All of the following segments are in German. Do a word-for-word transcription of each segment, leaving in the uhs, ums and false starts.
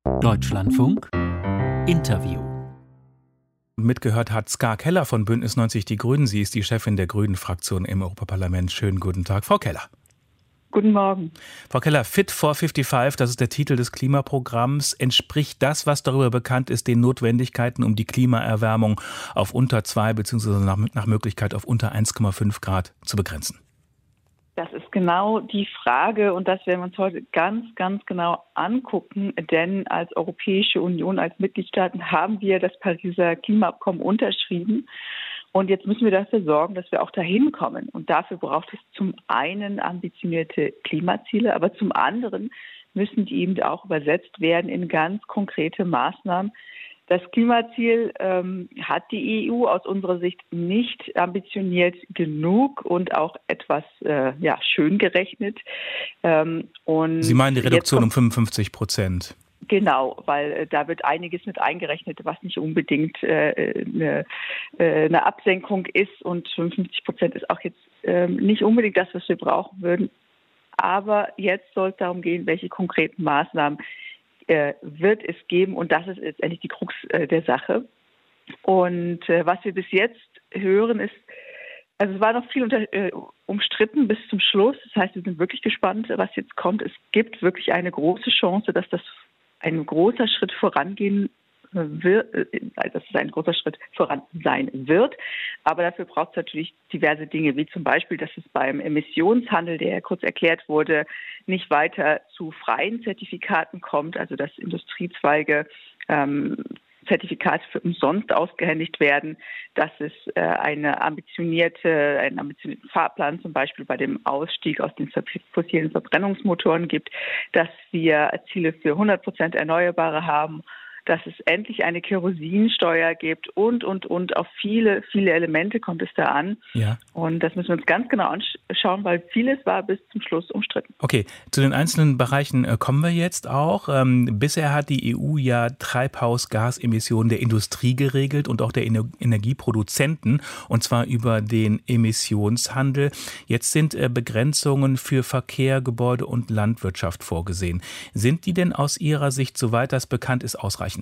Deutschlandfunk Interview. Mitgehört hat Ska Keller von Bündnis neunzig Die Grünen. Sie ist die Chefin der Grünen-Fraktion im Europaparlament. Schönen guten Tag, Frau Keller. Guten Morgen. Frau Keller, Fit for fünfundfünfzig, das ist der Titel des Klimaprogramms. Entspricht das, was darüber bekannt ist, den Notwendigkeiten, um die Klimaerwärmung auf unter zwei beziehungsweise nach, nach Möglichkeit auf unter eins Komma fünf Grad zu begrenzen? Das ist genau die Frage und das werden wir uns heute ganz, ganz genau angucken, denn als Europäische Union, als Mitgliedstaaten haben wir das Pariser Klimaabkommen unterschrieben und jetzt müssen wir dafür sorgen, dass wir auch dahin kommen und dafür braucht es zum einen ambitionierte Klimaziele, aber zum anderen müssen die eben auch übersetzt werden in ganz konkrete Maßnahmen. Das Klimaziel ähm, hat die E U aus unserer Sicht nicht ambitioniert genug und auch etwas äh, ja, schön gerechnet. Ähm, und Sie meinen die Reduktion kommt, um fünfundfünfzig Prozent? Genau, weil äh, da wird einiges mit eingerechnet, was nicht unbedingt äh, eine, äh, eine Absenkung ist. Und fünfundfünfzig Prozent ist auch jetzt äh, nicht unbedingt das, was wir brauchen würden. Aber jetzt soll es darum gehen, welche konkreten Maßnahmen wird es geben und das ist letztendlich die Krux der Sache. Und äh, was wir bis jetzt hören ist, also es war noch viel unter, äh, umstritten bis zum Schluss. Das heißt, wir sind wirklich gespannt, was jetzt kommt. Es gibt wirklich eine große Chance, dass das ein großer Schritt vorangehen wird, also dass es ein großer Schritt voran sein wird. Aber dafür braucht es natürlich diverse Dinge, wie zum Beispiel, dass es beim Emissionshandel, der ja kurz erklärt wurde, nicht weiter zu freien Zertifikaten kommt, also dass Industriezweige ähm, Zertifikate für umsonst ausgehändigt werden, dass es äh, eine ambitionierte, einen ambitionierten Fahrplan zum Beispiel bei dem Ausstieg aus den fossilen Verbrennungsmotoren gibt, dass wir Ziele für hundert Prozent Erneuerbare haben, dass es endlich eine Kerosinsteuer gibt und, und, und. Auf viele, viele Elemente kommt es da an. Ja. Und das müssen wir uns ganz genau anschauen, weil vieles war bis zum Schluss umstritten. Okay, zu den einzelnen Bereichen kommen wir jetzt auch. Ähm, bisher hat die E U ja Treibhausgasemissionen der Industrie geregelt und auch der Ener- Energieproduzenten, und zwar über den Emissionshandel. Jetzt sind äh, Begrenzungen für Verkehr, Gebäude und Landwirtschaft vorgesehen. Sind die denn aus Ihrer Sicht, soweit das bekannt ist, ausreichend?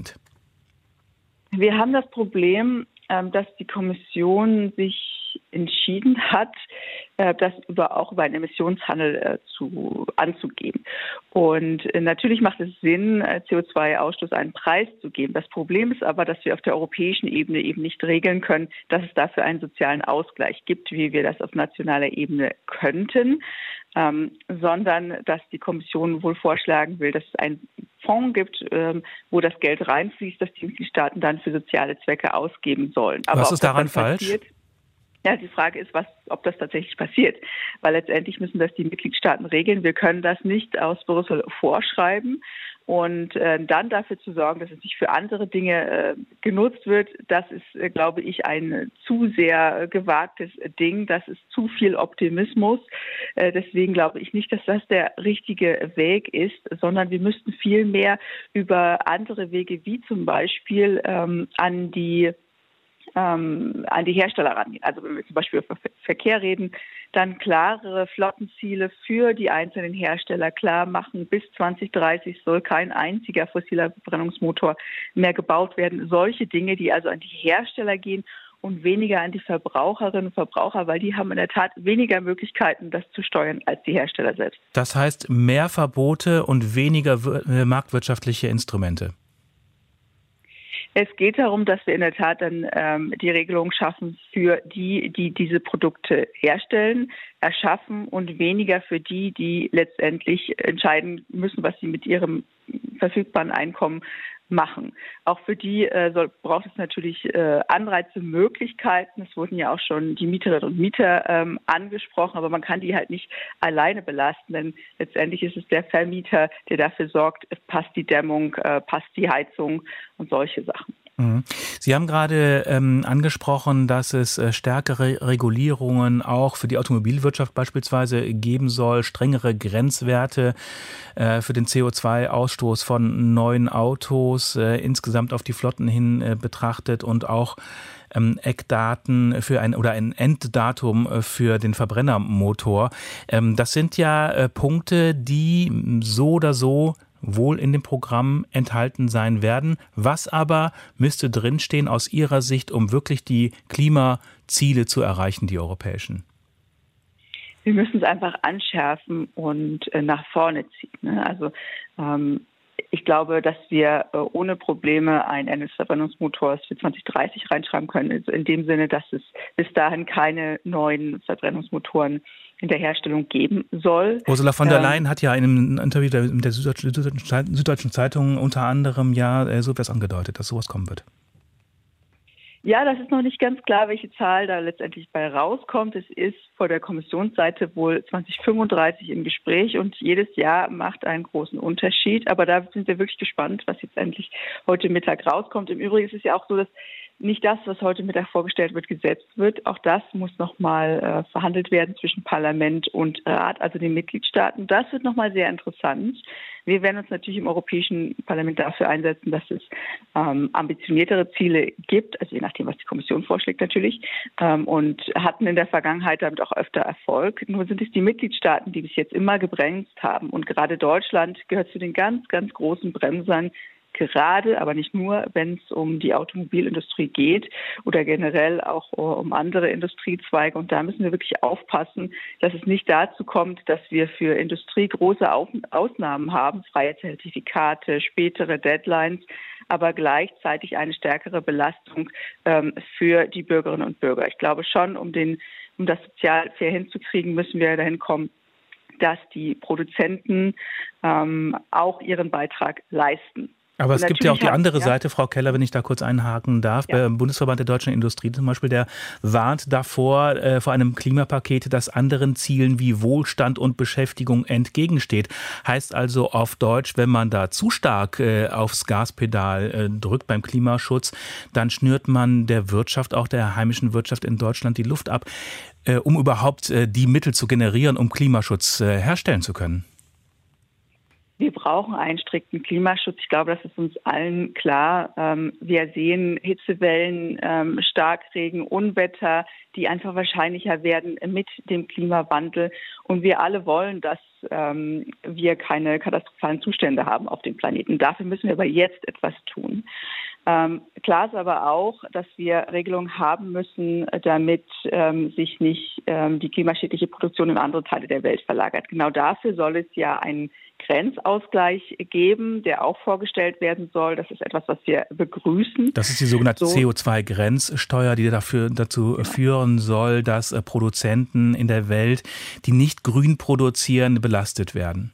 Wir haben das Problem, dass die Kommission sich entschieden hat, das über, auch über einen Emissionshandel zu, anzugehen. Und natürlich macht es Sinn, C O zwei Ausstoß einen Preis zu geben. Das Problem ist aber, dass wir auf der europäischen Ebene eben nicht regeln können, dass es dafür einen sozialen Ausgleich gibt, wie wir das auf nationaler Ebene könnten, ähm, sondern dass die Kommission wohl vorschlagen will, dass es einen Fonds gibt, ähm, wo das Geld reinfließt, das die Mitgliedstaaten dann für soziale Zwecke ausgeben sollen. Aber was ist daran falsch? Passiert, ja, die Frage ist, was, ob das tatsächlich passiert. Weil letztendlich müssen das die Mitgliedstaaten regeln. Wir können das nicht aus Brüssel vorschreiben. Und äh, dann dafür zu sorgen, dass es nicht für andere Dinge äh, genutzt wird, das ist, äh, glaube ich, ein zu sehr äh, gewagtes Ding. Das ist zu viel Optimismus. Äh, deswegen glaube ich nicht, dass das der richtige Weg ist, sondern wir müssten viel mehr über andere Wege, wie zum Beispiel ähm, an die Ähm, an die Hersteller rangehen. Also wenn wir zum Beispiel über Verkehr reden, dann klarere Flottenziele für die einzelnen Hersteller klar machen. Bis zwanzig dreißig soll kein einziger fossiler Verbrennungsmotor mehr gebaut werden. Solche Dinge, die also an die Hersteller gehen und weniger an die Verbraucherinnen und Verbraucher, weil die haben in der Tat weniger Möglichkeiten, das zu steuern als die Hersteller selbst. Das heißt mehr Verbote und weniger marktwirtschaftliche Instrumente. Es geht darum, dass wir in der Tat dann ähm, die Regelung schaffen für die, die diese Produkte herstellen, erschaffen und weniger für die, die letztendlich entscheiden müssen, was sie mit ihrem verfügbaren Einkommen machen. Auch für die äh, soll, braucht es natürlich äh, Anreize, Möglichkeiten. Es wurden ja auch schon die Mieterinnen und Mieter ähm, angesprochen, aber man kann die halt nicht alleine belasten, denn letztendlich ist es der Vermieter, der dafür sorgt, es passt die Dämmung, äh, passt die Heizung und solche Sachen. Sie haben gerade ähm, angesprochen, dass es äh, stärkere Regulierungen auch für die Automobilwirtschaft beispielsweise geben soll, strengere Grenzwerte äh, für den C O zwei Ausstoß von neuen Autos, äh, insgesamt auf die Flotten hin äh, betrachtet und auch ähm, Eckdaten für ein oder ein Enddatum äh, für den Verbrennermotor. Ähm, das sind ja äh, Punkte, die so oder so wohl in dem Programm enthalten sein werden. Was aber müsste drinstehen aus Ihrer Sicht, um wirklich die Klimaziele zu erreichen, die europäischen? Wir müssen es einfach anschärfen und äh, nach vorne ziehen. Ne? Also ähm, ich glaube, dass wir äh, ohne Probleme ein Ende des Verbrennungsmotors für zwanzig dreißig reinschreiben können. Also in dem Sinne, dass es bis dahin keine neuen Verbrennungsmotoren in der Herstellung geben soll. Ursula von der Leyen ähm, hat ja in einem Interview mit der Süddeutschen, Süddeutschen Zeitung unter anderem ja äh, so etwas angedeutet, dass sowas kommen wird. Ja, das ist noch nicht ganz klar, welche Zahl da letztendlich bei rauskommt. Es ist vor der Kommissionsseite wohl zwanzig fünfunddreißig im Gespräch und jedes Jahr macht einen großen Unterschied. Aber da sind wir wirklich gespannt, was jetzt endlich heute Mittag rauskommt. Im Übrigen ist es ja auch so, dass nicht das, was heute Mittag vorgestellt wird, gesetzt wird. Auch das muss nochmal äh, verhandelt werden zwischen Parlament und Rat, also den Mitgliedstaaten. Das wird nochmal sehr interessant. Wir werden uns natürlich im Europäischen Parlament dafür einsetzen, dass es ähm, ambitioniertere Ziele gibt, also je nachdem, was die Kommission vorschlägt natürlich, ähm, und hatten in der Vergangenheit damit auch öfter Erfolg. Nur sind es die Mitgliedstaaten, die bis jetzt immer gebremst haben. Und gerade Deutschland gehört zu den ganz, ganz großen Bremsern, gerade, aber nicht nur, wenn es um die Automobilindustrie geht oder generell auch um andere Industriezweige. Und da müssen wir wirklich aufpassen, dass es nicht dazu kommt, dass wir für Industrie große Ausnahmen haben, freie Zertifikate, spätere Deadlines, aber gleichzeitig eine stärkere Belastung ähm, für die Bürgerinnen und Bürger. Ich glaube schon, um den, um das sozial fair hinzukriegen, müssen wir dahin kommen, dass die Produzenten ähm, auch ihren Beitrag leisten. Aber es gibt ja auch die andere Seite, Frau Keller, wenn ich da kurz einhaken darf. Ja. Beim Bundesverband der deutschen Industrie zum Beispiel, der warnt davor, äh, vor einem Klimapaket, das anderen Zielen wie Wohlstand und Beschäftigung entgegensteht. Heißt also auf Deutsch, wenn man da zu stark äh, aufs Gaspedal äh, drückt beim Klimaschutz, dann schnürt man der Wirtschaft, auch der heimischen Wirtschaft in Deutschland, die Luft ab, äh, um überhaupt äh, die Mittel zu generieren, um Klimaschutz äh, herstellen zu können. Wir brauchen einen strikten Klimaschutz. Ich glaube, das ist uns allen klar. Wir sehen Hitzewellen, Starkregen, Unwetter, die einfach wahrscheinlicher werden mit dem Klimawandel. Und wir alle wollen, dass wir keine katastrophalen Zustände haben auf dem Planeten. Dafür müssen wir aber jetzt etwas tun. Ähm, klar ist aber auch, dass wir Regelungen haben müssen, damit ähm, sich nicht ähm, die klimaschädliche Produktion in andere Teile der Welt verlagert. Genau dafür soll es ja einen Grenzausgleich geben, der auch vorgestellt werden soll. Das ist etwas, was wir begrüßen. Das ist die sogenannte so. C O zwei Grenzsteuer, die dafür, dazu ja. führen soll, dass äh, Produzenten in der Welt, die nicht grün produzieren, belastet werden.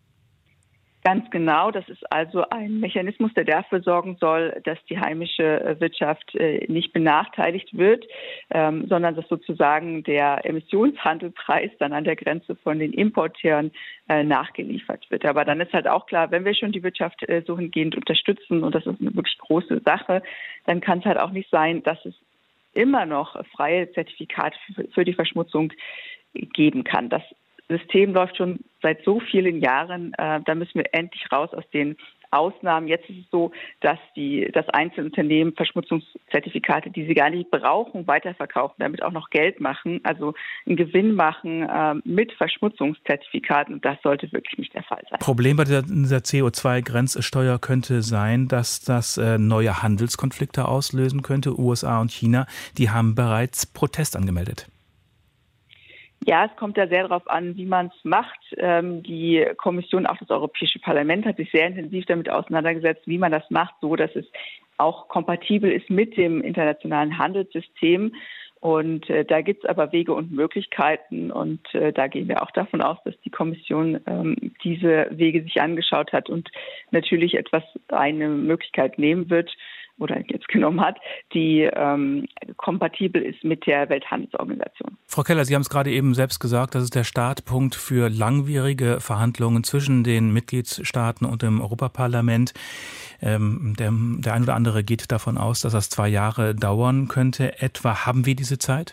Ganz genau. Das ist also ein Mechanismus, der dafür sorgen soll, dass die heimische Wirtschaft nicht benachteiligt wird, ähm, sondern dass sozusagen der Emissionshandelpreis dann an der Grenze von den Importeuren äh, nachgeliefert wird. Aber dann ist halt auch klar, wenn wir schon die Wirtschaft äh, so hingehend unterstützen, und das ist eine wirklich große Sache, dann kann es halt auch nicht sein, dass es immer noch freie Zertifikate für, für die Verschmutzung geben kann. Das System läuft schon seit so vielen Jahren. Äh, da müssen wir endlich raus aus den Ausnahmen. Jetzt ist es so, dass die, dass einzelne Unternehmen Verschmutzungszertifikate, die sie gar nicht brauchen, weiterverkaufen, damit auch noch Geld machen, also einen Gewinn machen äh, mit Verschmutzungszertifikaten. Und das sollte wirklich nicht der Fall sein. Problem bei dieser, dieser C O zwei Grenzsteuer könnte sein, dass das äh, neue Handelskonflikte auslösen könnte. U S A und China, die haben bereits Protest angemeldet. Ja, es kommt ja sehr darauf an, wie man es macht. Ähm, die Kommission, auch das Europäische Parlament, hat sich sehr intensiv damit auseinandergesetzt, wie man das macht, so dass es auch kompatibel ist mit dem internationalen Handelssystem. Und äh, da gibt es aber Wege und Möglichkeiten. Und äh, da gehen wir auch davon aus, dass die Kommission ähm, diese Wege sich angeschaut hat und natürlich etwas eine Möglichkeit nehmen wird, oder jetzt genommen hat, die ähm, kompatibel ist mit der Welthandelsorganisation. Frau Keller, Sie haben es gerade eben selbst gesagt, das ist der Startpunkt für langwierige Verhandlungen zwischen den Mitgliedstaaten und dem Europaparlament. Ähm, der, der ein oder andere geht davon aus, dass das zwei Jahre dauern könnte. Etwa haben wir diese Zeit?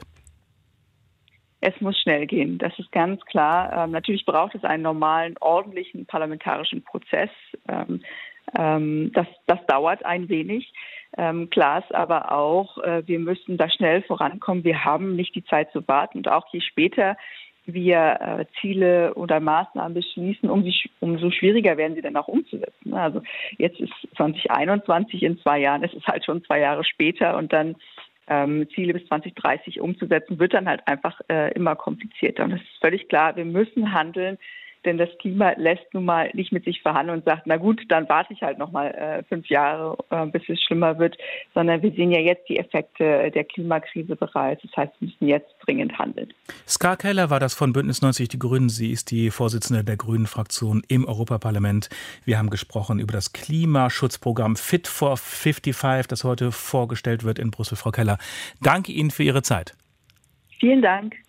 Es muss schnell gehen, das ist ganz klar. Ähm, natürlich braucht es einen normalen, ordentlichen parlamentarischen Prozess. Ähm, ähm, das, das dauert ein wenig. Ähm, klar ist aber auch, äh, wir müssen da schnell vorankommen. Wir haben nicht die Zeit zu warten. Und auch je später wir äh, Ziele oder Maßnahmen beschließen, um sie, umso schwieriger werden sie dann auch umzusetzen. Also jetzt ist zwanzig einundzwanzig, in zwei Jahren, es ist halt schon zwei Jahre später und dann ähm, Ziele bis zwanzig dreißig umzusetzen, wird dann halt einfach äh, immer komplizierter. Und es ist völlig klar, wir müssen handeln, denn das Klima lässt nun mal nicht mit sich verhandeln und sagt, na gut, dann warte ich halt noch mal äh, fünf Jahre, äh, bis es schlimmer wird, sondern wir sehen ja jetzt die Effekte der Klimakrise bereits. Das heißt, wir müssen jetzt dringend handeln. Ska Keller war das von Bündnis neunzig Die Grünen. Sie ist die Vorsitzende der Grünen-Fraktion im Europaparlament. Wir haben gesprochen über das Klimaschutzprogramm Fit for fünfundfünfzig, das heute vorgestellt wird in Brüssel. Frau Keller, danke Ihnen für Ihre Zeit. Vielen Dank.